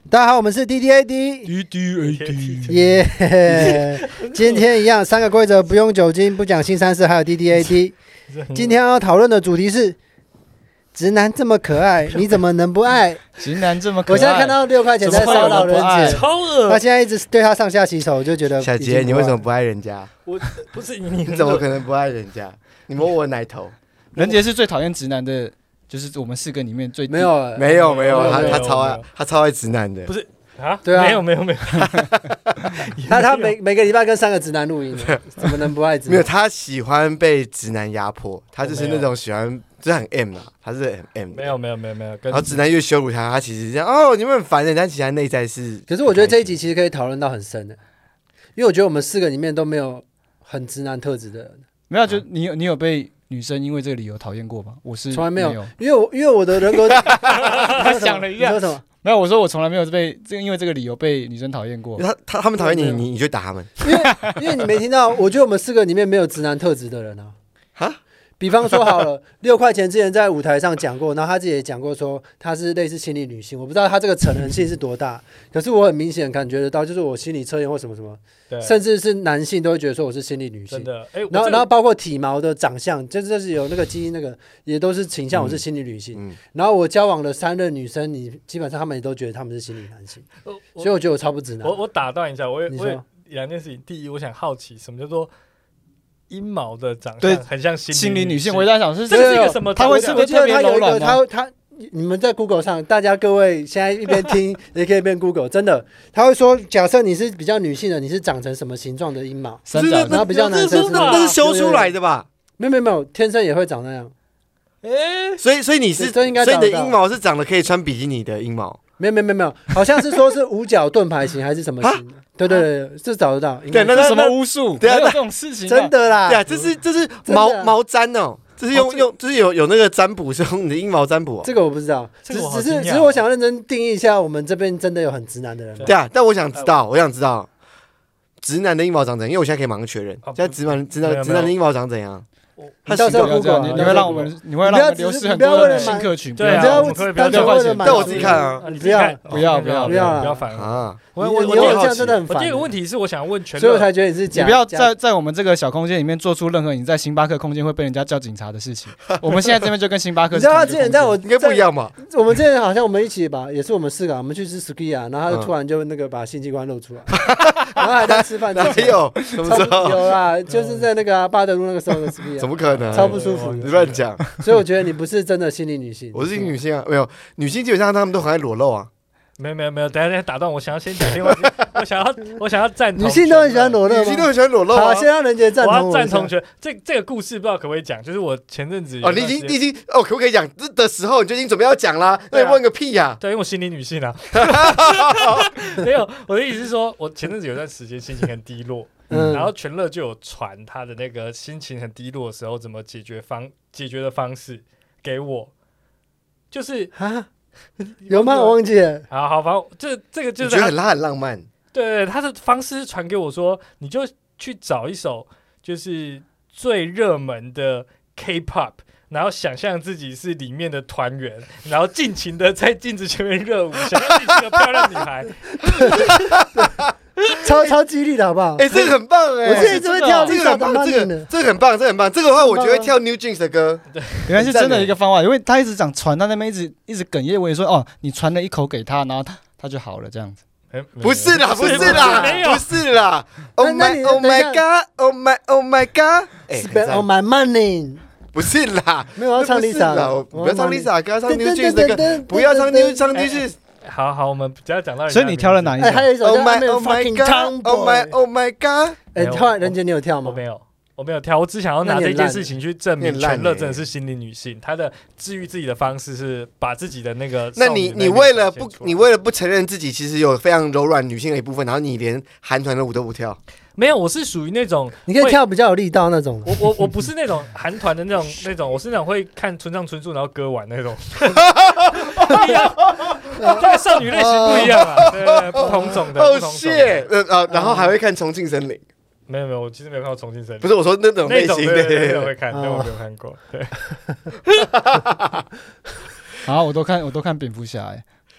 大家好，我们是 DDAD，耶！今天一样，3个规则，不用酒精，不讲新三事，还有 DDAD。今天要讨论的主题是：直男这么可爱，你怎么能不爱？ 直男这么可爱， 我现在看到6块钱在骚扰人姐， 超恶。 他现在一直对他上下其手，我就觉得小杰，你为什么不爱人家？ 我不是你怎么可能不爱人家？你摸我奶头。 人杰是最讨厌直男的，就是我们4个里面最没有他超爱直男的。 不是啊？ 对啊， 没有。 他每个礼拜跟3个直男录音，怎么能不爱直男？ 没有，他喜欢被直男压迫，他就是那种喜欢，就是很 M 啊，他是很 M。 没有。 然后直男越羞辱他，他其实这样哦，你们很烦人，但其实他内在是。 可是我觉得这一集其实可以讨论到很深的，因为我觉得我们4个里面都没有很直男特质的人。 没有，就你有被女生因为这个理由讨厌过吗？我是从来没有，因为我的人格。 他想了一下， 你说什么？ 没有，我说我从来没有因为这个理由被女生讨厌过。 他们讨厌你，你就打他们。 因为你没听到，我觉得我们4个里面没有直男特质的人啊。 哈？ 比方说好了，6块钱之前在舞台上讲过，然后他自己也讲过说他是类似心理女性，我不知道他这个成人性是多大，可是我很明显感觉得到，就是我心理测验或什么什么，甚至是男性都会觉得说我是心理女性， 真的。 然后包括体毛的长相，就是有那个基因那个，也都是倾向我是心理女性。然后我交往的3任女生，基本上他们也都觉得他们是心理男性，所以我觉得我超不直男。 我打断一下，我有2件事情。第一，我想好奇什么叫做阴毛的长相很像心理女性？ 我在想是这是一个什么？ 他会是不是特别柔软吗？ 他你们在 Google 上，各位现在一边听也可以一边 Google， 真的，他会说，假设你是比较女性的，你是长成什么形状的阴毛？然后比较男生那是修出来的吧？ 没有，天生也会长那样。 所以你是，所以你的阴毛是长得可以穿比基尼的阴毛？ 没有，好像是说是五角盾牌型还是什么型的？对，这找得到。 对，那是什么巫术？对啊，这种事情真的啦。 对啊，这是毛毡哦，这是用就是有那个占卜是用你的阴毛占卜。 这个我不知道，只是我想认真定义一下，我们这边真的有很直男的人。 对啊，但我想知道直男的阴毛长怎样，因为我现在可以马上确认，现在直男的阴毛长怎样。 你到时候 Google， 你会让我们流失很多的新客群。 对啊，不要但我自己看啊， 不要烦啊！ 我这样真的很烦。 我第一个问题是，我想问全乐， 所以我才觉得你是假。 你不要在我们这个小空间里面做出任何你在星巴克空间会被人家叫警察的事情。我们现在这边就跟星巴克， 你知道他之前在我应该不一样吧？ 我们之前好像我们一起吧，也是我们4个，我们去吃 ski 啊，然后他就突然就那个把性器官露出来，然后还在吃饭。 哪有？什么时候？ 有啦，就是在那个巴德路那个时候的 ski 啊。 怎么可能？ 超不舒服， 你乱讲。 所以我觉得你不是真的心理女性。 我是女性啊，没有女性基本上她们都很爱裸露啊。 没有，等一下打断我，想要先讲另外，我想要赞同。 女性都很喜欢裸露吗？ 女性都很喜欢裸露啊。 好，先让人杰赞同。 我要赞同这个故事，不知道可不可以讲？就是我前阵子你已经可不可以讲的时候，你就已经准备要讲啦？那你问个屁呀！ 对，因为我心理女性啊。没有，我的意思是说，我前阵子有段时间心情很低落，然后全乐就有传他的那个心情很低落的时候怎么解决的方式给我，就是啊。有吗？我忘记了。 好，反正这个就是觉得很浪漫。 对，他的方式传给我说，你就去找一首就是最热门的 K-pop， 然后想象自己是里面的团员，然后尽情的在镜子前面热舞，想象自己是个漂亮女孩。 超激励的好不好？ 这个很棒我之前只会跳这个很棒， 这个很棒。这个的话，我就会跳 New Jeans 的歌。 原来是真的一个方法，因为他一直讲传，他那边一直哽咽，我也说哦，你传了一口给他，然后他就好了这样子。 不是啦 ！Oh my God！Oh my God！Spend all my money。 不是啦， 没有要唱 Lisa， 不要唱 Lisa， 不要唱 New Jeans 的歌，不要唱 New Jeans。 好，我们不要讲到。 所以你挑了哪一首？ 还有一首 Oh my God！Oh my God！ 后来人杰你有跳吗？ 我没有跳，我只想要拿这件事情去证明全乐真的是心理女性。她的治愈自己的方式是把自己的那个…… 那你为了不承认自己其实有非常柔软女性的一部分，然后你连韩团的舞都不跳？ 没有，我是属于那种你可以跳比较有力道那种。 我不是那种韩团的那种，我是那种会看村上春树然后歌完那种。不一样，这个少女类型不一样啊，对，不同种的。 哦，shit！然后还会看《重庆森林》。 没有，我其实没有看过《重庆森林》。 不是我说那种类型的， 那会看，但我没有看过。对。 好，我都看蝙蝠侠。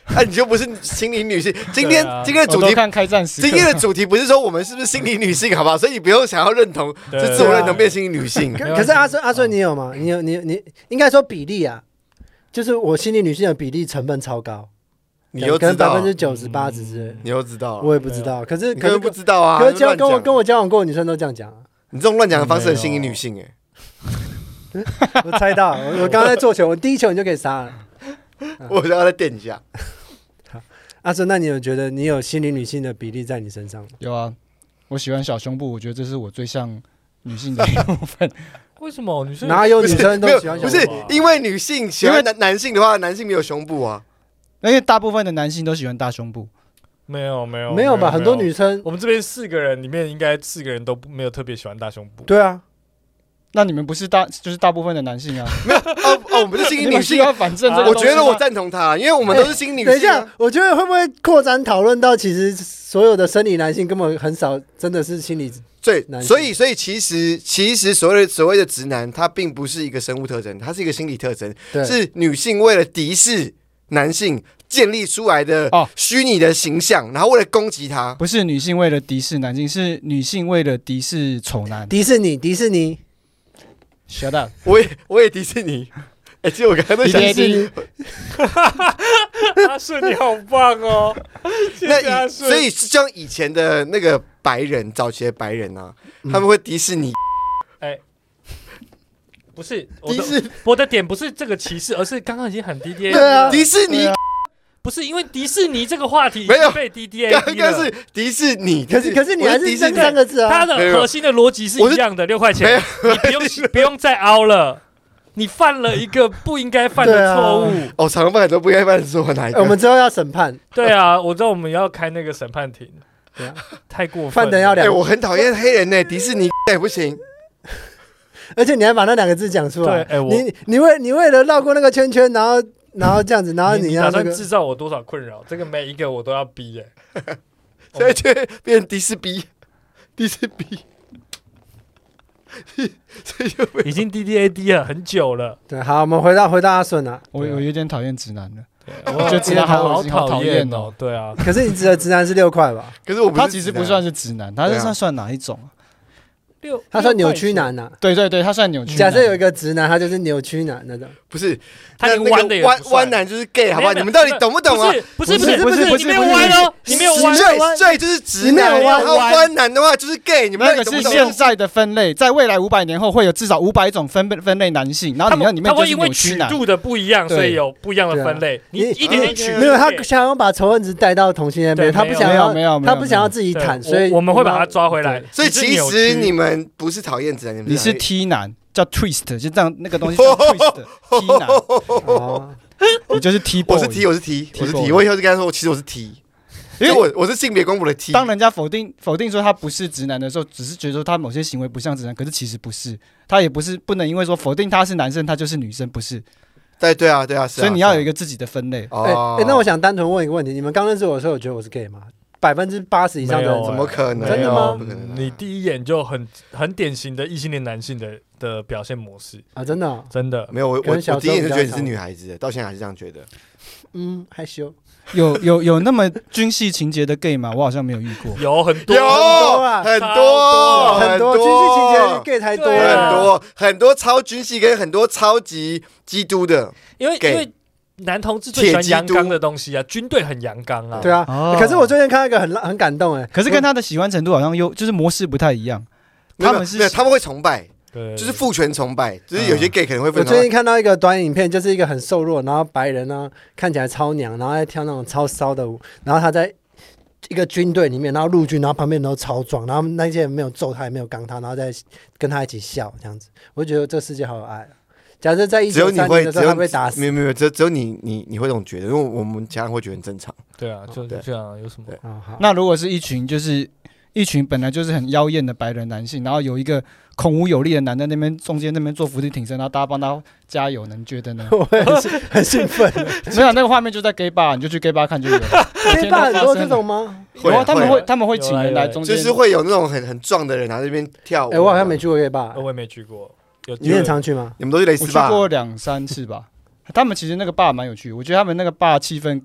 你就不是心理女性。今天的主题看开战时刻， 今天的主题不是说我们是不是心理女性，好不好？所以你不用想要认同，就自我认同变心理女性。 可是阿顺你有吗？你应该说比例啊，就是我心理女性的比例成分超高。 你又知道 90%-80%之类， 你又知道， 我也不知道。可是你根本不知道啊！ 可是跟我交往过的女生都这样讲啊。 你这种乱讲的方式很心理女性我猜到，我刚刚在做球，我第一球你就可以杀了。 我想要再垫一下。 阿顺，那你有觉得你有心理女性的比例在你身上吗？ 有啊，我喜欢小胸部，我觉得这是我最像女性的一部分。 为什么女生哪有女生都喜欢小胸部？ 不是因为女性喜欢男性的话，男性没有胸部啊。 因为大部分的男性都喜欢大胸部。 没有吧？很多女生， 我们这边4个人里面，应该4个人都没有特别喜欢大胸部。 对啊， 那你们不是就是大部分的男性啊？ 没有我们是心理女性。 反正我觉得我赞同他，因为我们都是心理女性。 等一下，我觉得会不会扩展讨论到，其实所有的生理男性根本很少真的是心理。 对，所以其实所谓的直男，他并不是一个生物特征，它是一个心理特征，是女性为了敌视男性建立出来的虚拟的形象，然后为了攻击他。 不是女性为了敌视男性，是女性为了敌视丑男。 迪士尼 ，shut up！ 我也迪士尼。其实我刚刚在想迪士尼。 阿顺你好棒哦！ 所以像以前的那个白人，早期的白人啊，他们会迪士尼。 不是我的点不是这个歧视，而是刚刚已经很 DDA。 对啊， 迪士尼不是因为迪士尼这个话题没有被 DDA， 刚刚是迪士尼， 可是你还是这3个字啊。 它的核心的逻辑是一样的，6块钱，你不用再凹了。你犯了一个不应该犯的错误。 常犯很多不应该犯的错误，哪一个？ 我们之后要审判。 对啊，我知道我们要开那个审判庭。对啊，太过分了。 犯人要2。 我很讨厌黑人呢，迪士尼也不行。 而且你还把那2个字讲出来。 对， 你为了绕过那个圈圈，然后这样子，然后你打算制造我多少困扰？这个每一个我都要逼耶。 所以就变成迪士逼。 已经 DDAD 了很久了。 对，好，我们回到阿顺啊。 我有点讨厌直男了。 我觉得直男好讨厌哦。对啊。 可是你指的直男是6块吧？ 可是他其实不算是直男，他是算哪一种啊？ 他算扭曲男呐。 对，他算扭曲男。 假设有一个直男，他就是扭曲男那种。 不是， 他连弯的也不算。 弯男就是 gay， 好不好？你们到底懂不懂啊？ 不是，你没有弯哦，你没有弯。 对，就是直男，然后弯男的话就是 gay。你们那个是现在的分类，在未来500年后会有至少500种分类男性，然后里面就是扭曲男。 他会因为曲度的不一样，所以有不一样的分类。你一点点曲没有，他想要把仇恨值带到同性恋那边，他不想要， 没有， 他不想要自己谈，所以我们会把他抓回来。 所以其实你们不是讨厌直男， 你是 T 男，叫 twist， 就这样那个东西叫 twist，T 男。你就是 T boy， 我是 T， 我以后就跟他说，其实我是 T， 因为我是性别光谱的 T。 当人家否定说他不是直男的时候，只是觉得说他某些行为不像直男，可是其实不是，他也不能因为说否定他是男生，他就是女生，不是。 对啊， 所以你要有一个自己的分类。 那我想单纯问一个问题：你们刚认识我的时候，有觉得我是 gay 吗？80%以上的人怎么可能？ 真的吗？ 你第一眼就很典型的异性恋男性的表现模式啊！真的没有，我第一眼就觉得你是女孩子，到现在还是这样觉得。 害羞。 有那么军系情节的 gay 吗？我好像没有遇过。 有很多很多军系情节的 gay 太多了， 很多超军系跟很多超级基督的， 因为男同志最喜欢阳刚的东西啊，军队很阳刚啊。 对啊，可是我最近看到一个很感动可是跟他的喜欢程度好像就是模式不太一样。 他们会崇拜。就是父权崇拜，就是有些 gay 可能会分。 我最近看到一个短影片，就是一个很瘦弱，然后白人呢看起来超娘，然后在跳那种超骚的舞，然后他在一个军队里面，然后陆军，然后旁边人都超壮，然后那些人没有揍他，也没有刚他，然后再跟他一起笑这样子，我就觉得这世界好有爱。假设在1930年的时候他被打死， 没有，只有你会这种觉得，因为我们家人会觉得很正常。 对啊，就这样，有什么？ 那如果是一群本来就是很妖艳的白人男性，然后有一个孔武有力的男的那边中间那边做伏地挺身，然后大家帮他加油，能觉得呢？ 我会很兴奋。 没有那个画面就在 gay bar， 你就去 gay bar 看就有了。 gay bar 很多这种吗？ 有啊，他们会请人来中间， 就是会有那种很壮的人在那边跳舞。 我好像没去过 gay bar， 我也没去过。 你很常去吗？ 你们都去蕾丝吧？ 我去过2-3次吧。他们其实那个 bar 蛮有趣的，我觉得他们那个 bar 气氛更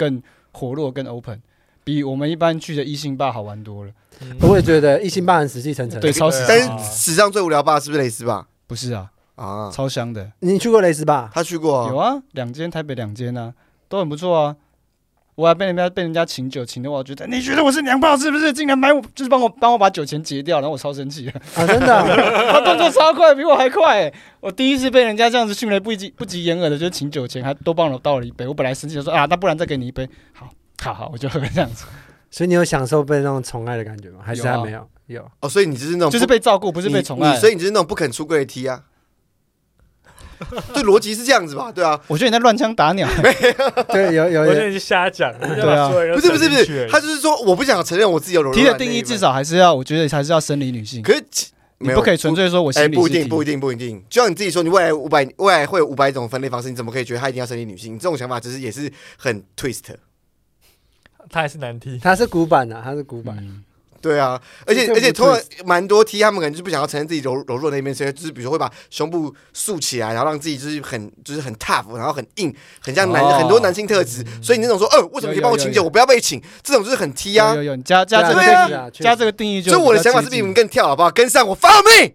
活络跟 open， 比我们一般去的异性吧好玩多了。 我也觉得异性吧很死气沉沉， 对，超死。 但是史上最无聊吧是不是蕾丝吧？ 不是啊，超香的。 你去过蕾丝吧？ 他去过有啊，2间，台北2间啊，都很不错啊。我还被人家请酒，请的我觉得你觉得我是娘炮是不是？竟然买我就是帮我把酒钱结掉，然后我超生气了啊！真的、 他动作超快，比我还快欸。我第一次被人家这样子迅雷不及掩耳的，就是请酒钱，还都帮我倒了一杯。我本来生气就说啊，那不然再给你一杯，好，我就喝这样子。 所以你有享受被那种宠爱的感觉吗？还是还没有？有哦，所以你就是那种就是被照顾，不是被宠爱。 所以你就是那种不肯出柜的 T 啊。对，逻辑是这样子吧？对啊， 我觉得你在乱枪打鸟。 对，有， 我觉得你瞎讲。 对啊， 不是，他就是说我不想承认我自己有柔软。 T 的定义至少还是要，我觉得还是要生理女性。 可是你不可以纯粹说我心理是 T。 不一定。就像你自己说，你未来会有500种分类方式，你怎么可以觉得他一定要生理女性？你这种想法其实也是很 twist。 他还是难T， 他是古板的，他是古板。 对啊，而且通常蛮多 T 他们可能就不想要承认自己柔弱的那边，所以就是比如说会把胸部竖起来，然后让自己就是很 tough， 然后很硬，很像很多男性特质。所以你那种说，为什么可以帮我请酒，我不要被请，这种就是很 T 啊。 有，你加这个定义，加这个定义就。 所以我的想法是比你们更跳，好不好？跟上我 ，follow me。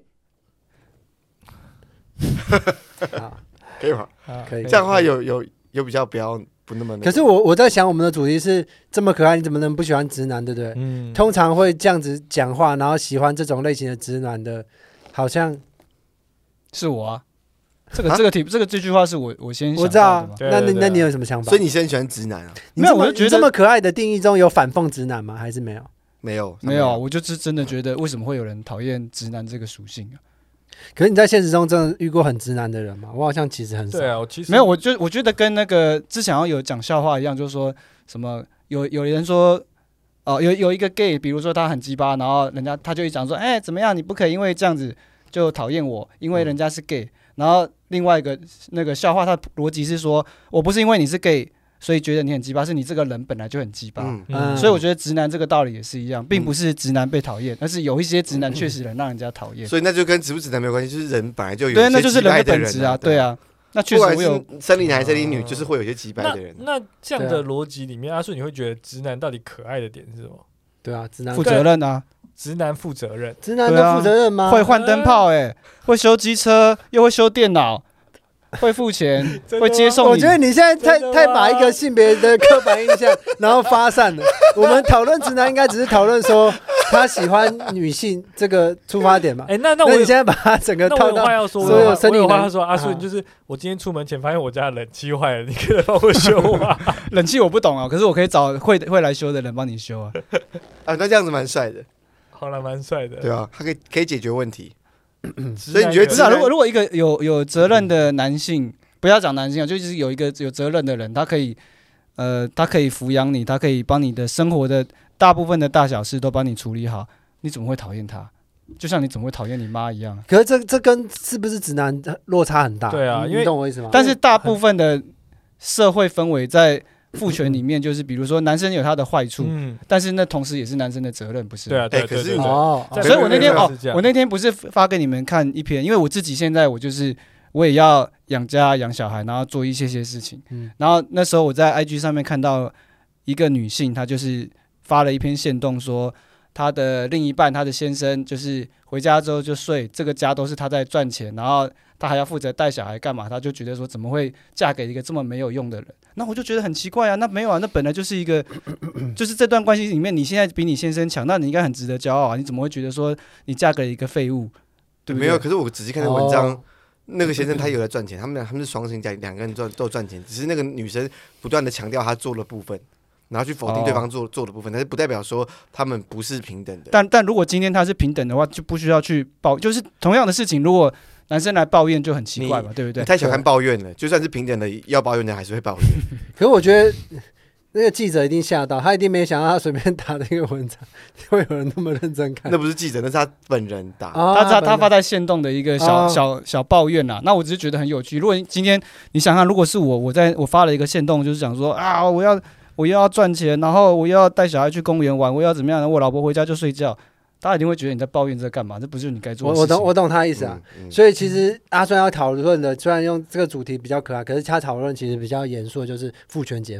可以吗？ 可以。 这样的话有比较不那么。 可是我在想，我们的主题是这么可爱，你怎么能不喜欢直男，对不对？通常会这样子讲话，然后喜欢这种类型的直男的，好像是我啊。这句话是我先想到的嘛。 我知道啊。那你有什么想法？ 所以你是很喜欢直男啊？ 没有，我就觉得这么可爱的定义中有反讽直男吗？还是没有？ 没有， 我就是真的觉得，为什么会有人讨厌直男这个属性啊？ 可是你在现实中真的遇过很直男的人吗？我好像其实很少。 对啊，我其实没有，我觉得跟那个之前有讲笑话一样，就是说什么有人说有一个 gay， 比如说他很鸡巴，然后人家他就一讲说，怎么样，你不可以因为这样子就讨厌我，因为人家是 gay。然后另外一个那个笑话，他的逻辑是说，我不是因为你是 gay。所以觉得你很鸡巴，是你这个人本来就很鸡巴。所以我觉得直男这个道理也是一样，并不是直男被讨厌，但是有一些直男确实能让人家讨厌。 所以那就跟直不直男没有关系，就是人本来就有对，那就是人的本质啊，对啊。那确实我有生理男生理女，就是会有一些鸡掰的人。 那这样的逻辑里面，阿顺你会觉得直男到底可爱的点是什么？ 对啊，直男负责任啊， 直男负责任， 直男都负责任吗？ 会换灯泡，会修机车，又会修电脑。会付钱，会接送你。 我觉得你现在太把一个性别的刻板印象，然后发散了。我们讨论直男，应该只是讨论说他喜欢女性这个出发点嘛。 那你现在把它整个套到所有生理。 我有话要说，阿顺就是我今天出门前发现我家冷气坏了，你可以来帮我修啊。 冷气我不懂啊，可是我可以找会来修的人帮你修啊。 那这样子蛮帅的。 好了，蛮帅的。 对啊，他可以解决问题。所以你觉得不是啊？如果一个有责任的男性，不要讲男性啊，就是有一个有责任的人，他可以抚养你，他可以帮你的生活的大部分的大小事都帮你处理好，你怎么会讨厌他？就像你怎么会讨厌你妈一样。 可是这跟是不是直男落差很大？ 对啊， 你懂我意思吗？ 但是大部分的社会氛围在父权里面，就是比如说男生有他的坏处，但是那同时也是男生的责任，不是？ 对啊，对。 可是所以我那天不是发给你们看一篇，因为我自己现在我也要养家养小孩，然后做一些事情。然后那时候我在 IG 上面看到一个女性，她就是发了一篇限动说，她的另一半，她的先生就是回家之后就睡，这个家都是她在赚钱，然后她还要负责带小孩干嘛？她就觉得说怎么会嫁给一个这么没有用的人？那我就觉得很奇怪啊，那没有啊，那本来就是一个，就是这段关系里面，你现在比你先生强，那你应该很值得骄傲啊！你怎么会觉得说你嫁给了一个废物？对不对？ 没有，可是我仔细看那文章，那个先生他有在赚钱，他们是双薪家庭，两个人都赚钱，只是那个女生不断的强调她做的部分，然后去否定对方做的部分，但是不代表说他们不是平等的。 但如果今天他是平等的话，就不需要去就是同样的事情，如果男生来抱怨就很奇怪嘛，对不对？ 你太小看抱怨了，就算是平等的，要抱怨的还是会抱怨。 可是我觉得那个记者一定吓到，他一定没想到他随便打的一个文章会有人那么认真看。 那不是记者，那是他本人打。 他发在限动的一个小抱怨啦。那我只是觉得很有趣。如果今天你想看，如果是我发了一个限动，就是讲说啊，我又要赚钱，然后我又要带小孩去公园玩，我要怎么样？我老婆回家就睡觉。大家一定会觉得你在抱怨这干嘛？这不是你该做的事情。 我懂他的意思啊。所以其实阿川要讨论的，虽然用这个主题比较可爱，可是他讨论其实比较严肃的就是父权解放。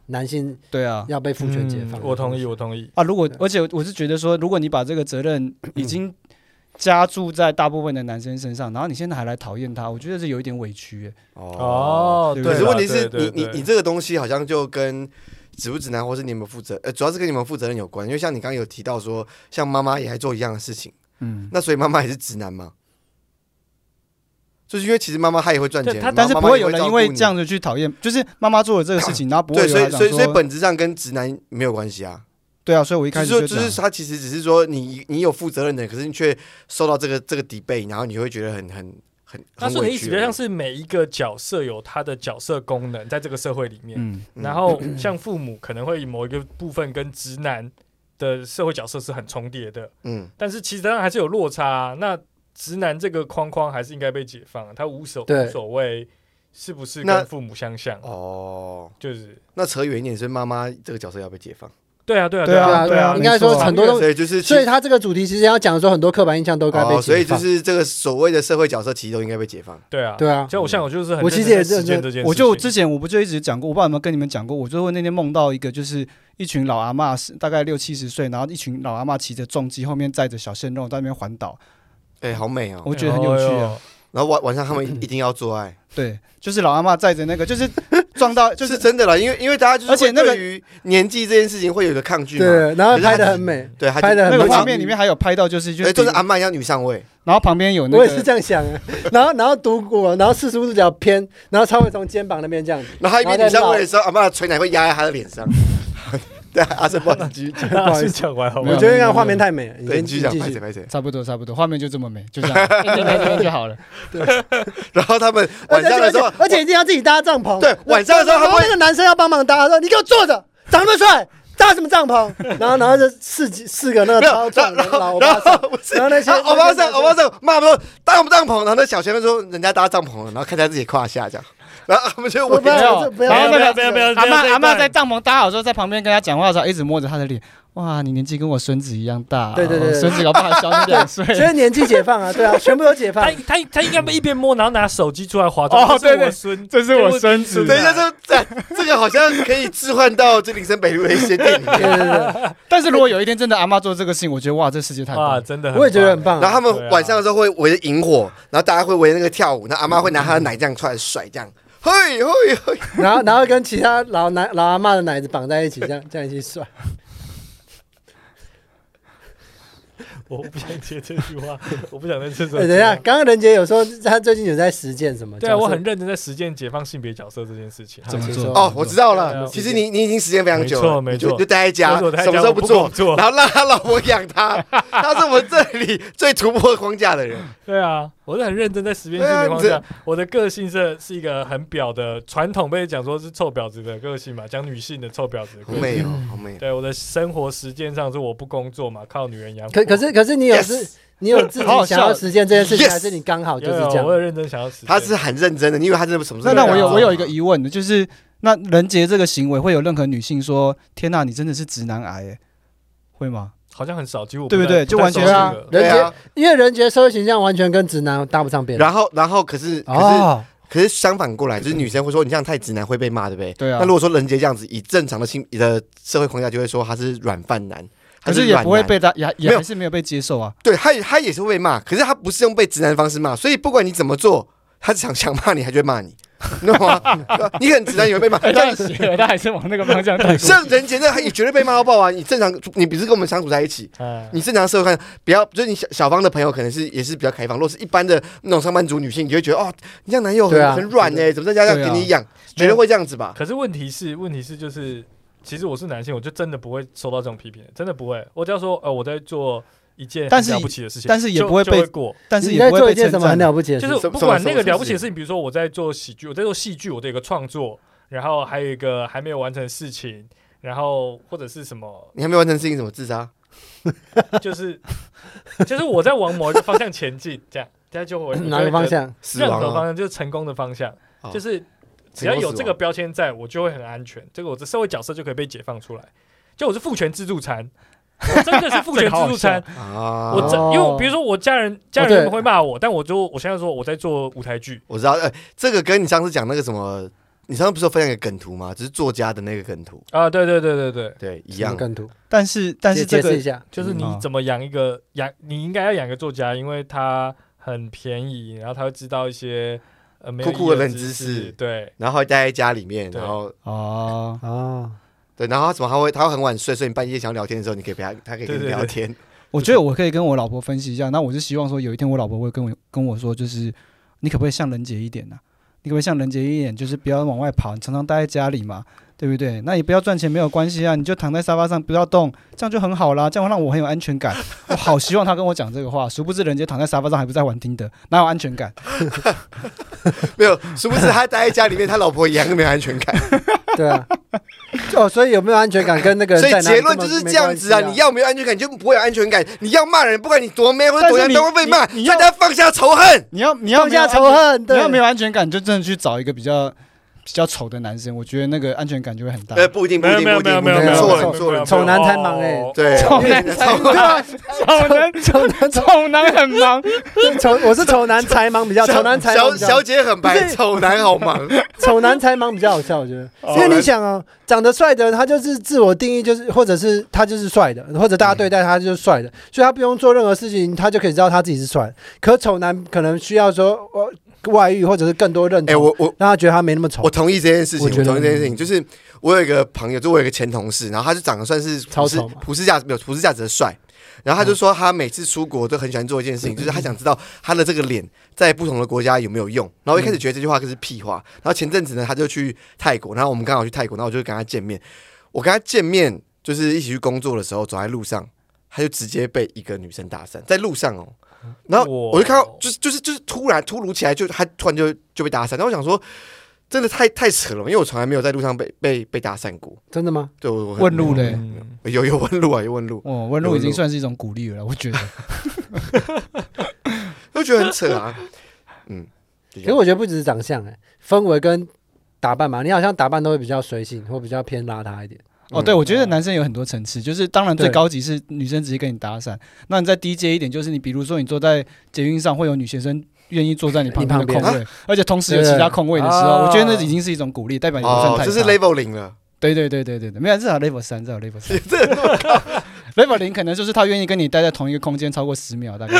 男性对啊要被父权解放。 我同意啊。如果而且我是觉得说，如果你把这个责任已经加注在大部分的男生身上，然后你现在还来讨厌他，我觉得是有一点委屈。 对。 可是问题是你这个东西好像就跟直不直男，或是你们负责，主要是跟你们负责任有关。因为像你刚刚有提到说，像妈妈也还做一样的事情，那所以妈妈也是直男吗？就是因为其实妈妈她也会赚钱， 但是不会有人因为这样子去讨厌，就是妈妈做了这个事情，然后不会有人所以本质上跟直男没有关系啊。 对啊，所以我一开始就是他其实只是说你有负责任的人，可是你却受到这个debate，然后你会觉得很那说的意思比较像是每一个角色有他的角色功能在这个社会里面，然后像父母可能会某一个部分跟直男的社会角色是很重叠的，但是其实当然还是有落差那直男这个框框还是应该被解放，他无所谓是不是跟父母相像就是那扯远一点，是妈妈这个角色要被解放。 对啊， 应该说很多东西， 所以他这个主题其实要讲说很多刻板印象都该被解放， 所以就是这个所谓的社会角色其实都应该被解放。 对啊，像我就是我其实也是我就之前我不就一直讲过，我不知道有没有跟你们讲过，我就那天梦到一个就是一群老阿嬷，大概60-70岁，然后一群老阿嬷骑着重机，后面载着小鲜肉在那边环岛， 好美哦， 我觉得很有趣啊。 然后晚上他们一定要做爱， 对，就是老阿嬷载着那个，就是撞到，就是真的啦，因为大家就是对于年纪这件事情会有一个抗拒嘛， 对，然后拍得很美， 对， 拍得那个画面里面还有拍到就是阿嬷要女上位， 然后旁边有那个， 我也是这样想的，然后读过，然后45度角偏，然后超会从肩膀那边这样， 然后他一边女上位的时候，阿嬷的捶奶会压在他的脸上。对，阿生不好意思， 不好意思讲完好吗？ 我觉得那画面太美了， 对，你继续讲，拍谁？ 差不多，画面就这么美，就这样，这边就好了。 对， 然后他们晚上的时候， 而且一定要自己搭帐篷。 对，晚上的时候，他们那个男生要帮忙搭，说你给我坐着，长那么帅。搭什么帐篷？然后这四个那个超壮的老欧巴桑，然后那些欧巴桑骂说搭什么帐篷？然后那小学生说人家搭帐篷了，然后看在自己胯下这样。然后他们就不要， 阿嬷在帐篷搭好之后，在旁边跟他讲话的时候，一直摸着他的脸。哇，你年纪跟我孙子一样大， 对， 孙子搞不好小你2岁， 所以年纪解放啊，对啊，全部都解放。 他应该一边摸，然后拿手机出来滑动。 对，这是我孙子。 等一下，这个好像可以置换到这林森北路的一些店里面。 对。 但是如果有一天真的阿嬷做这个事情，我觉得哇，这世界太棒了， 真的， 我也觉得很棒。 然后他们晚上的时候会围着萤火，然后大家会围着那个跳舞，那阿嬷会拿她的奶这样出来甩这样。嘿， 然后跟其他老阿嬷的奶子绑在一起，这样一起甩。 我不想接这句话，我不想在这种。 等一下，刚刚任杰有说他最近有在实践什么？ 对啊，我很认真在实践解放性别角色这件事情。 怎么做？ 哦，我知道了。其实你已经实践非常久了， 没错， 就待在家，什么时候不做，然后让他老婆养他。他是我们这里最突破框架的人。 对啊，我是很认真在实践性别框架。我的个性是一个很婊的，传统被讲说是臭婊子的个性嘛，讲女性的臭婊子。 好美哦，好美。 对，我的生活实践上是我不工作嘛，靠女人养。 可是你有自己想要实现这件事情，还是你刚好就是这样？ 我有认真想要实现。 他是很认真的，你以为他真的什么事？ 那我有一个疑问的，就是那任杰这个行为会有任何女性说：“天哪，你真的是直男癌？”会吗？ 好像很少，几乎对不对？就完全啊，因为任杰社会形象完全跟直男搭不上边。 然后可是相反过来，就是女生会说你这样太直男会被骂，对不对？ 对啊。 那如果说任杰这样子，以正常的社会框架就会说他是软饭男。 可是也不会被也还是没有被接受啊。 对，他也是会被骂，可是他不是用被直男的方式骂，所以不管你怎么做，他想骂你，他就会骂你，你懂吗？你很直男也会被骂， 他还是往那个方向带。 像任杰那也绝对被骂到爆啊！你正常，你不是跟我们相处在一起，你正常社会看，不要就是你小芳的朋友可能是也是比较开放，如果是一般的那种上班族女性，你就会觉得哦，你这样男友很软怎么在家给你养，绝对会这样子吧？ 可是问题是就是。其实我是男性，我就真的不会受到这种批评，真的不会。我只要说，我在做一件很了不起的事情， 但是也不会被过，但是也不会被称赞。什么很了不起的事情？就是不管那个了不起的事情，比如说我在做喜剧，我有一个创作，然后还有一个还没有完成的事情，然后或者是什么， 你还没有完成的事情，怎么自杀？ 就是我在往某一个方向前进，这样就会哪个方向？ 任何方向就是成功的方向，就是。只要有这个标签在，我就会很安全。这个我的社会角色就可以被解放出来。就我是父权自助餐，我真的是父权自助餐。因为比如说我家人会骂我，但我现在说我在做舞台剧。 我知道，这个跟你上次讲那个什么你上次不是有分享一个梗图吗？就是作家的那个梗图啊，对， 一样梗图。 但是这个就是你怎么养一个你应该要养个作家，因为他很便宜，然后他会知道一些酷酷的冷知识， 对， 然后会待在家里面，然后对，然后他会很晚睡，所以你半夜想要聊天的时候，你可以陪他可以跟你聊天。 我觉得我可以跟我老婆分析一下，那我是希望说有一天我老婆会跟我说，就是你可不可以像人杰一点呢？你可不可以像人杰一点，就是不要往外跑，你常常待在家里嘛，对不对？那你不要赚钱没有关系啊，你就躺在沙发上不要动，这样就很好啦，这样让我很有安全感。我好希望他跟我讲这个话，殊不知人杰躺在沙发上还不在玩听的，哪有安全感？ 没有，殊不知他待在家里面，他老婆一样没有安全感。 对啊，所以有没有安全感跟那个人在哪里， 所以结论就是这样子啊！你要没有安全感，你就不会有安全感。你要骂人，不管你多 man 或者多强，都会被骂。所以大家放下仇恨， 你要放下仇恨， 你要没有安全感，就真的去找一个比较丑的男生，我觉得那个安全感就会很大。 不一定， 没有， 错了， 丑男才忙对， 丑男很忙， 我是丑男才忙比较，丑男才忙小姐很白，丑男好忙， 丑男才忙比较好笑，我觉得，因为你想啊，长得帅的人他就是自我定义就是或者是他就是帅的，或者大家对待他就是帅的，所以他不用做任何事情，他就可以知道他自己是帅的。可丑男可能需要说外遇或者是更多认同，让他觉得他没那么丑。 我同意这件事情，就是我有一个朋友，就我有一个前同事，然后他就长得算是普世价值的帅，然后他就说他每次出国都很喜欢做一件事情，就是他想知道他的这个脸在不同的国家有没有用。然后一开始觉得这句话是屁话，然后前阵子呢他就去泰国，然后我们刚好去泰国，然后我就跟他见面。我跟他见面就是一起去工作的时候，走在路上，他就直接被一个女生搭讪，在路上哦。然后我就看到，就是突如其来，他突然就被搭讪。然后我想说，真的太扯了，因为我从来没有在路上被搭讪过。 真的吗？ 对， 问路嘞， 有问路啊，有问路。 哦，问路已经算是一种鼓励了，我觉得。 我觉得很扯啊。 其实我觉得不只是长相，氛围跟打扮嘛，你好像打扮都会比较随性，或比较偏邋遢一点。 对，我觉得男生有很多层次，就是当然最高级是女生直接跟你搭讪，那你再低阶一点，就是你比如说你坐在捷运上，会有女学生愿意坐在你旁边的空位，而且同时有其他空位的时候，我觉得那已经是一种鼓励，代表你不算太差。 这是 level 0了。 对，没有，至少 level 3，至少 level 3。level 0可能就是他愿意跟你待在同一个空间超过10秒，大概。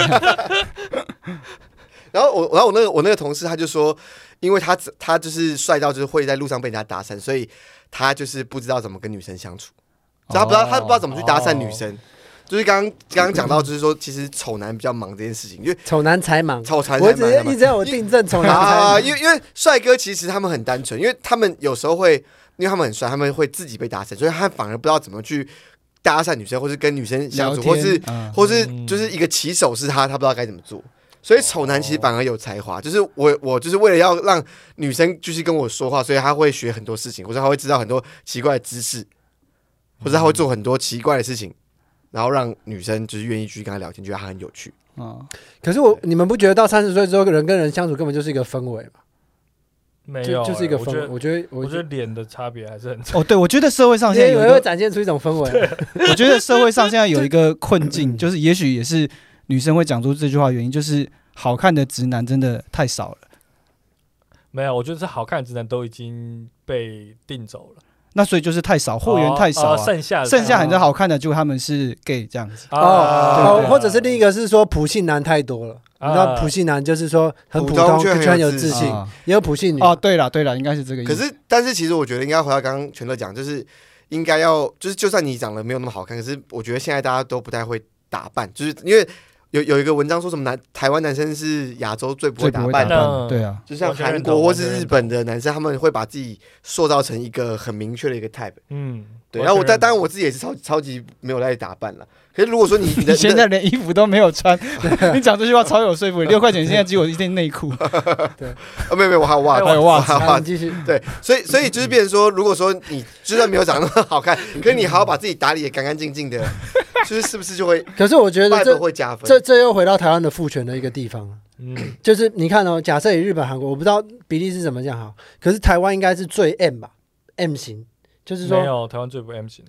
然后我那个同事他就说，因为他就是帅到就是会在路上被人家搭讪，所以他就是不知道怎么跟女生相处，所以他不知道怎么去搭讪女生。就是刚刚讲到，就是说其实丑男比较忙这件事情，因为丑男才忙， 我一直要我订正丑男才忙因为帅哥其实他们很单纯，因为他们有时候会，因为他们很帅，他们会自己被搭讪，所以他反而不知道怎么去搭讪女生，或是跟女生相处，或是就是一个起手是他不知道该怎么做。所以丑男其实反而有才华，就是我就是为了要让女生就是跟我说话，所以他会学很多事情，或者他会知道很多奇怪的知识，或者他会做很多奇怪的事情，然后让女生就是愿意去跟他聊天，觉得他很有趣。 可是你们不觉得到30岁之后，人跟人相处根本就是一个氛围吗？ 没有， 就是一个氛围。我觉得脸的差别还是很大。 对，我觉得社会上现在有一个会展现出一种氛围。 我觉得社会上现在有一个困境，就是也许也是女生会讲出这句话的原因，就是好看的直男真的太少了。 没有，我觉得是好看的直男都已经被订走了。 那所以就是太少，货源太少， 剩下很多好看的，就他们是 gay 这样子。 或者是另一个是说普信男太多了。你知道普信男就是说很普通却很有自信，也有普信女。 对了，应该是这个意思。 但是其实我觉得应该回到刚刚全乐讲，就是应该要就是就算你长得没有那么好看，可是我觉得现在大家都不太会打扮，就是因为有一个文章说什么台湾男生是亚洲最不会打扮的， 对啊， 就像韩国或是日本的男生，他们会把自己塑造成一个很明确的一个 type。对。然后当然我自己也是超级没有在打扮了。可是如果说你现在连衣服都没有穿，你讲这句话超有说服力。6块钱现在只有一件内裤。 对，没有，我还有袜子， 还有袜子。 继续。 对，所以就是变成说，如果说你就算没有长得那么好看，可是你还要把自己打理得干干净净的，是不是就会？ 可是我觉得这会加分。 这又回到台湾的父权的一个地方。就是你看哦，假设以日本、韩国，我不知道比例是怎么样好，可是台湾应该是最 M 吧 ，M 型，就是说没有台湾最不 M 型哦。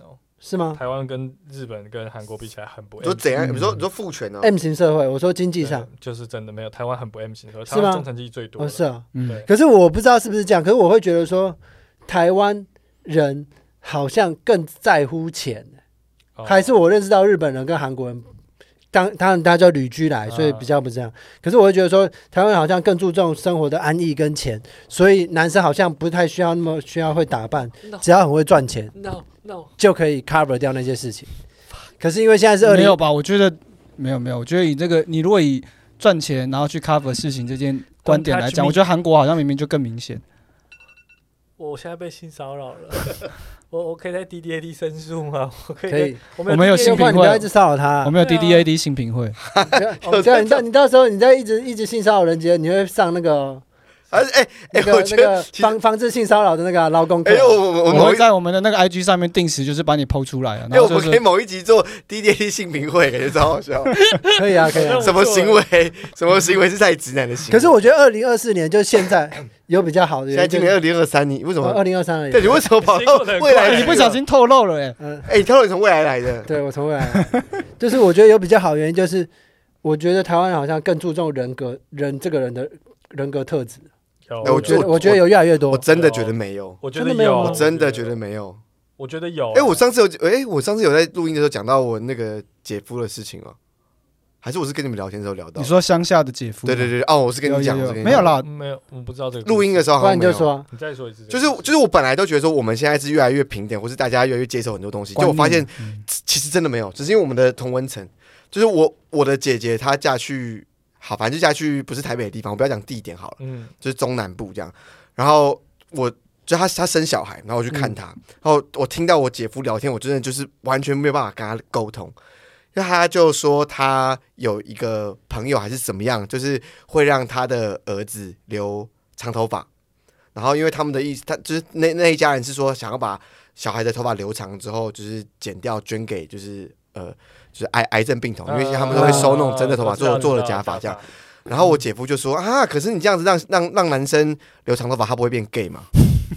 是吗？ 台湾跟日本跟韩国比起来很不 M 型。 说怎样？你说父权呢 ？M 型社会，我说经济上就是真的没有，台湾很不 M 型社会，台湾中产阶级最多。 是啊， 对。 可是我不知道是不是这样，可是我会觉得说，台湾人好像更在乎钱，还是我认识到日本人跟韩国人。当然，大家叫旅居来，所以比较不这样。可是我会觉得说，台湾好像更注重生活的安逸跟钱，所以男生好像不太需要那么需要会打扮，只要很会赚钱，就可以 cover 掉那些事情。可是因为现在是没有吧？我觉得没有，我觉得以这个，你如果以赚钱然后去 cover 事情这件观点来讲，我觉得韩国好像明明就更明显。 我现在被性骚扰了。我可以在 DDAD 申诉吗？可以， 我们有性平会， 你不要一直骚扰他。 我们有 DDAD 性平会。 你到时候你再一直性骚扰人家，你会上那个。那个防治性骚扰的那个劳工课， 我会在我们的那个 IG 上面定时就是把你 PO 出来啊。 我们可以某一集做 DDAD 性平会，感觉超好笑。 可以啊。 什么行为是太直男的行为？ 可是我觉得2024年就现在有比较好的。 现在今年2023，你为什么 ？2023而已。 对，你为什么跑到未来？ 你不小心透露了你透露你从未来来的。 对，我从未来来。就是我觉得有比较好的原因，就是我觉得台湾好像更注重这个人的人格特质。我觉得有越来越多。 我真的觉得没有。 我觉得有。 我真的觉得没有。 我觉得有。 我上次有在录音的时候讲到我那个姐夫的事情吗？还是我是跟你们聊天的时候聊到？ 你说乡下的姐夫？ 对，我是跟你讲， 没有啦， 没有，我不知道这个。 录音的时候好像没有。 你就说， 你再说一次。 就是我本来都觉得说我们现在是越来越平等，或是大家越来越接受很多东西，就我发现其实真的没有，只是因为我们的同温层，就是我的姐姐她嫁去。好，反正就嫁去不是台北的地方，我不要讲地点好了，就是中南部这样。然后就她生小孩，然后我去看她，然后我听到我姐夫聊天，我真的就是完全没有办法跟他沟通，因为他就说他有一个朋友还是怎么样，就是会让他的儿子留长头发，然后因为他们的意思，他就是那一家人是说想要把小孩的头发留长之后，就是剪掉捐给就是癌症病童，因为他们都会收那种真的头发做了假发这样。然后我姐夫就说可是你这样子让男生留长头发，他不会变 gay 吗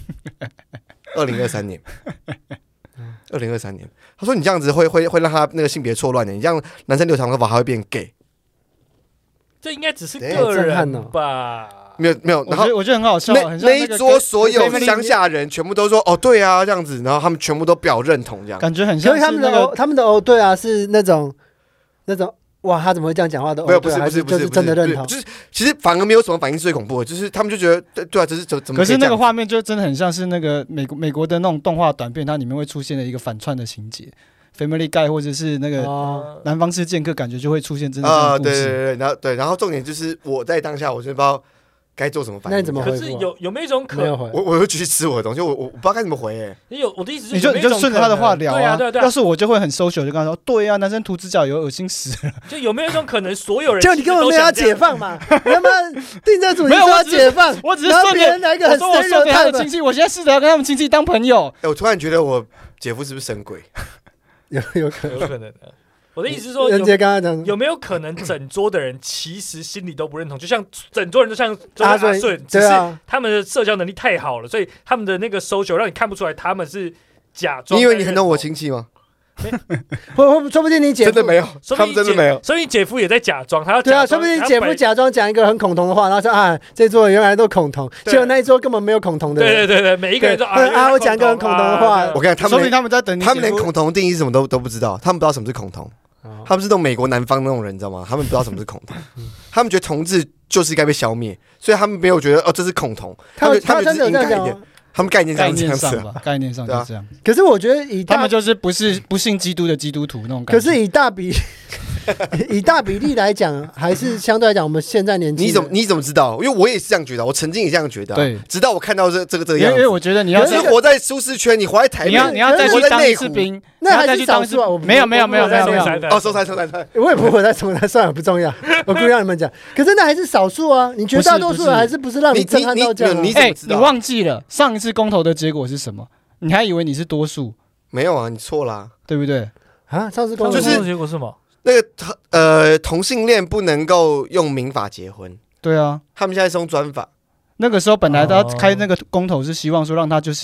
？2023年，他说你这样子会让他那个性别错乱的，你这样男生留长头发他会变 gay。 这应该只是个人吧？ 没有，然后我觉得很好笑。 那一桌所有乡下人全部都说对啊这样子，然后他们全部都表认同这样， 感觉很像是他们的对啊是那种哇他怎么会这样讲话的？ 没有，不是就是真的认同， 就是其实反而没有什么反应是最恐怖的，就是他们就觉得对啊，这是怎么？ 可是那个画面就真的很像是那个美国的那种动画短片，它里面会出现的一个反串的情节。Family Guy 或者是那个南方式剑客，感觉就会出现真的这种故事。 对，然后重点就是我在当下，我就不知道该做什么反应。 那你怎么回复？ 可是有没有一种可能？ 我会继续吃我的东西，我不知道该怎么回。 我的意思是， 你就顺着他的话聊啊。 对啊。 要是我就会很 social，就跟他说，对啊，男生涂指甲油恶心死了。 就有没有一种可能，所有人就你根本没有要解放嘛？你他妈定这主题说要解放， 我只是顺别人来一个很我送给他的亲戚，我现在试着要跟他们亲戚当朋友。 我突然觉得我姐夫是不是神鬼？ 有可能的。我的意思是说， 人家刚刚讲有没有可能整桌的人其实心里都不认同？就像整桌人都像阿顺，只是他们的社交能力太好了，所以他们的那个 social 让你看不出来他们是假装。 你以为你很懂我亲戚吗？ 说不定你姐夫真的没有，他们真的没有， 所以你姐夫也在假装，他要对啊，说不定姐夫假装讲一个很恐同的话，然后说这桌人原来都恐同，结果那一桌根本没有恐同的人。 对，每一个人都我讲一个很恐同的话， 我跟你讲， 说明他们在等你， 他们连恐同定义是什么都不知道，他们不知道什么是恐同，他们是那种美国南方那种人，你知道吗？他们不知道什么是恐同，他们觉得同志就是该被消灭，所以他们没有觉得这是恐同，他真的有这样讲。 他们概念上吧，概念上就这样。 可是我觉得他们就是不信基督的基督徒那种感觉。 可是以大比例来讲，还是相对来讲，我们现在年轻人你怎么知道？因为我也是这样觉得，我曾经也这样觉得。 对， 直到我看到这个样子。 因为我觉得你要是活在舒适圈，你活在台北， 你要再去当士兵， 那还是少数啊。 没有。 收台。 我也不会在中台，算了，不重要。我故意让你们讲。可是那还是少数啊。你绝大多数人还是不是让你震撼到这样？ 你怎么知道？ 你忘记了上一次公投的结果是什么？你还以为你是多数？ 没有啊，你错啦， 对不对？ 上次公投的结果是什么？ 那个同性恋不能够用民法结婚。 对啊， 他们现在是用专法。 那个时候本来他开那个公投是希望说让他就是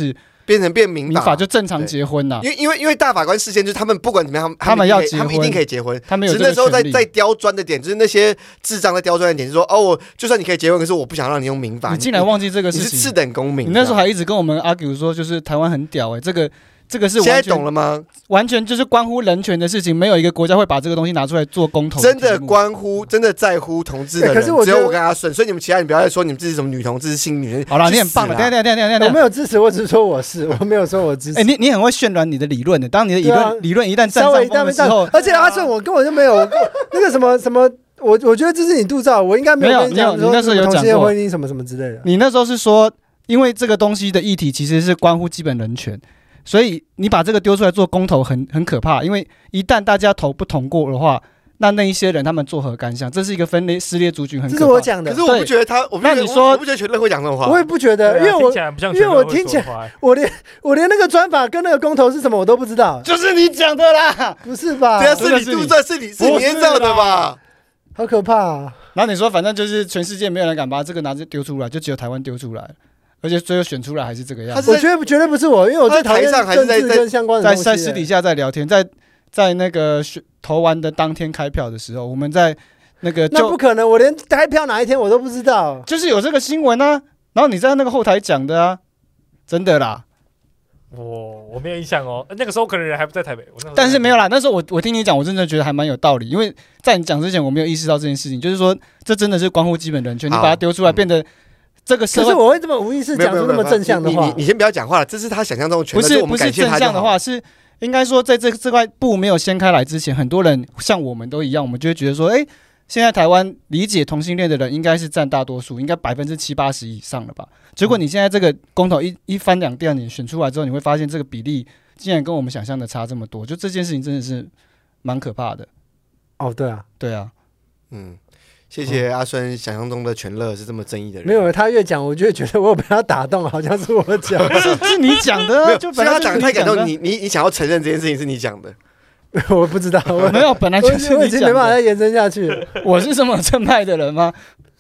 变民法就正常结婚啦。 因为大法官视线就是他们不管怎么样， 他们要结婚， 他们一定可以结婚。 他们有这个那时候在刁钻的点，就是那些智障在刁钻的点，就是说哦，就算你可以结婚，可是我不想让你用民法。 你竟然忘记这个事情， 你是次等公民。 你那时候还一直跟我们 argue 说，就是台湾很屌这个是现在懂了吗？ 完全就是关乎人权的事情，没有一个国家会把这个东西拿出来做公投。 真的关乎，真的在乎同志的人，可是只有我跟阿顺，所以你们其他人不要再说你们自己什么女同志是性女人。 好了，你很棒了。等， 我没有支持，我只是说我没有说我支持。 你很会渲染你的理论的，当你的理论一旦占上风的时候， 而且阿顺我根本就没有那个什么。我觉得这是你杜造，我应该没有跟你讲说那时候有讲过婚姻什么什么之类的。 你那时候是说，因为这个东西的议题其实是关乎基本人权。所以你把这个丢出来做公投很可怕，因为一旦大家投不通过的话，那一些人他们作何感想？这是一个撕裂族群，很可怕。 这是我讲的， 可是我不觉得那你说， 我不觉得全乐会讲这种话， 我也不觉得，因为我听起来，我连那个专法跟那个公投是什么我都不知道， 就是你讲的啦， 不是吧？ 对啊，是你杜撰，是你捏造的吧？ 好可怕啊！ 然后你说，反正就是全世界没有人敢把这个拿着丢出来，就只有台湾丢出来。而且最后选出来还是这个样子。 我觉得绝对不是我，因为我在台上政治跟相关的东西， 在私底下在聊天，在那个投完的当天开票的时候，我们在那不可能，我连开票哪一天我都不知道， 就是有这个新闻啊，然后你在那个后台讲的啊，真的啦。 我没有印象哦，那个时候可能人还不在台北， 但是没有啦。那时候我听你讲，我真的觉得还蛮有道理，因为在你讲之前我没有意识到这件事情，就是说这真的是关乎基本人权，你把它丢出来变得。这个社会， 可是我会这么无意识讲出那么正向的话。 你先不要讲话了，这是他想象中的权利。 不是正向的话，是应该说在这块布没有掀开来之前，很多人像我们都一样，我们就会觉得说，现在台湾理解同性恋的人应该是占大多数，应该70%-80%以上了吧？结果你现在这个公投一翻两调，你选出来之后，你会发现这个比例竟然跟我们想象的差这么多，就这件事情真的是蛮可怕的。 哦，对啊， 谢谢阿孙，想象中的全乐是这么正义的人。 没有，他越讲，我就觉得我有被他打动，好像是我讲的， 是你讲的， 没有， 就本来他讲的太感动，你想要承认这件事情是你讲的。 我不知道， 没有，本来就是你讲的， 我已经没办法再延伸下去了。 我是这么正派的人吗？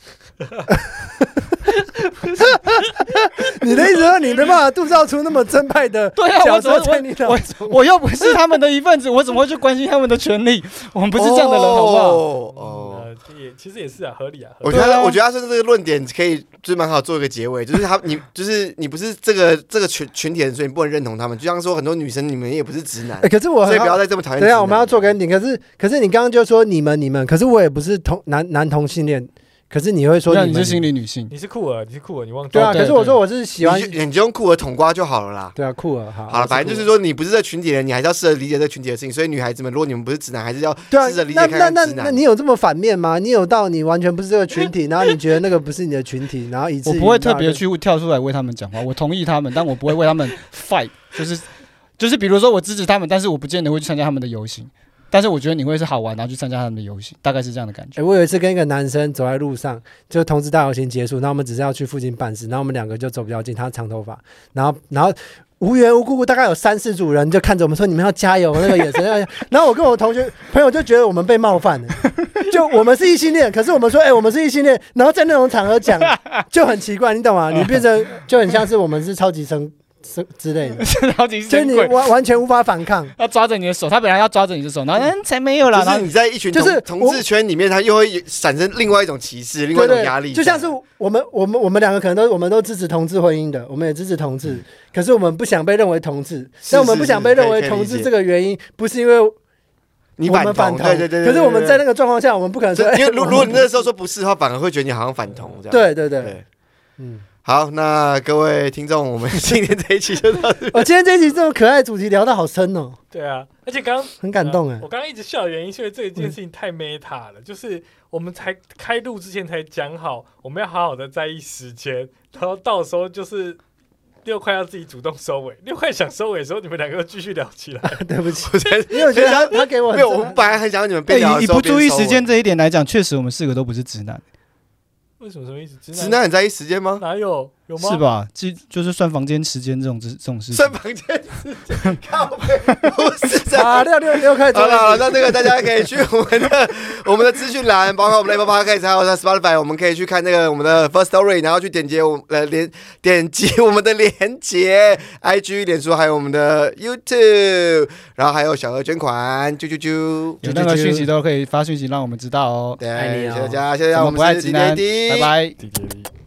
你的意思说你没办法铸造出那么正派的角色在你脑中？ 我又不是他们的一份子，我怎么会去关心他们的权利？我们不是这样的人，好不好？ 其实也是啊，合理啊。 我觉得他说这个论点可以就是蛮好做一个结尾，就是你不是这个群体人，所以你不能认同他们。就像说很多女生，你们也不是直男， 可是我所以不要再这么讨厌。 对啊，我们要做个 ending。可是你刚刚就说你们，可是我也不是男同性恋。可是你会说你是心理女性， 你是酷儿，你忘记对啊？可是我说我是喜欢， 你就用酷儿统瓜就好了啦。 对啊，酷儿好了，反正就是说你不是这群体人，你还是要试着理解这群体的事情。所以女孩子们，如果你们不是直男，还是要试着理解看看直男。 那你有这么反面吗？你有到你完全不是这个群体，然后你觉得那个不是你的群体，然后以至于我不会特别去跳出来为他们讲话，我同意他们，但我不会为他们 fight， 就是比如说我支持他们，但是我不见得会去参加他们的游行。但是我觉得你会是好玩，然后去参加他们的游戏，大概是这样的感觉。 我有一次跟一个男生走在路上，就同志大游行结束，然后我们只是要去附近办事，然后我们两个就走比较近，他长头发，然后无缘无故大概有3-4组人就看着我们说你们要加油那个眼神，然后我跟我朋友就觉得我们被冒犯了，就我们是异性恋，可是我们说我们是异性恋，然后在那种场合讲就很奇怪，你懂吗？你变成就很像是我们是超级生之类的，所以你完全无法反抗。 要抓着你的手，他本来要抓着你的手，然后才没有啦。 就是你在一群同志圈里面，他又会产生另外一种歧视，另外一种压力。 就像是我们两个可能我们都支持同志婚姻的，我们也支持同志，可是我们不想被认为同志。但我们不想被认为同志这个原因，不是因为你反同， 对。 可是我们在那个状况下，我们不可能说， 因为如果你那时候说不是的话，反而会觉得你好像反同这样。 对， 好，那各位听众，我们今天这一期就到这里。 今天这一期这么可爱的主题聊得好深哦。 对啊，而且刚很感动哎。 我刚刚一直笑的原因是因为这件事情太 meta 了，就是我们才开录之前才讲好，我们要好好的在意时间，然后到时候就是6块要自己主动收尾，6块想收尾的时候，你们两个又继续聊起来。 对不起，因为我觉得他给我没有，我本来很想让你们边聊的时候以不注意时间这一点来讲，确实我们4个都不是直男。 为什么？什么意思？ 直男很在意时间吗？ 哪有？ 有吗？ 是吧？就是算房间时间这种事情。 算房间时间，靠背不是这样。 6开始。 好了，那这个大家可以去我们的资讯栏，包括我们的 Apple Podcast 还有 Spotify， 我们可以去看那个我们的 First Story， 然后去点击我们的连结 IG、脸书，还有我们的 YouTube， 然后还有小额捐款，有任何讯息都可以发讯息让我们知道哦。 对，谢谢大家，谢谢大家，我们是 DDAD， 拜拜。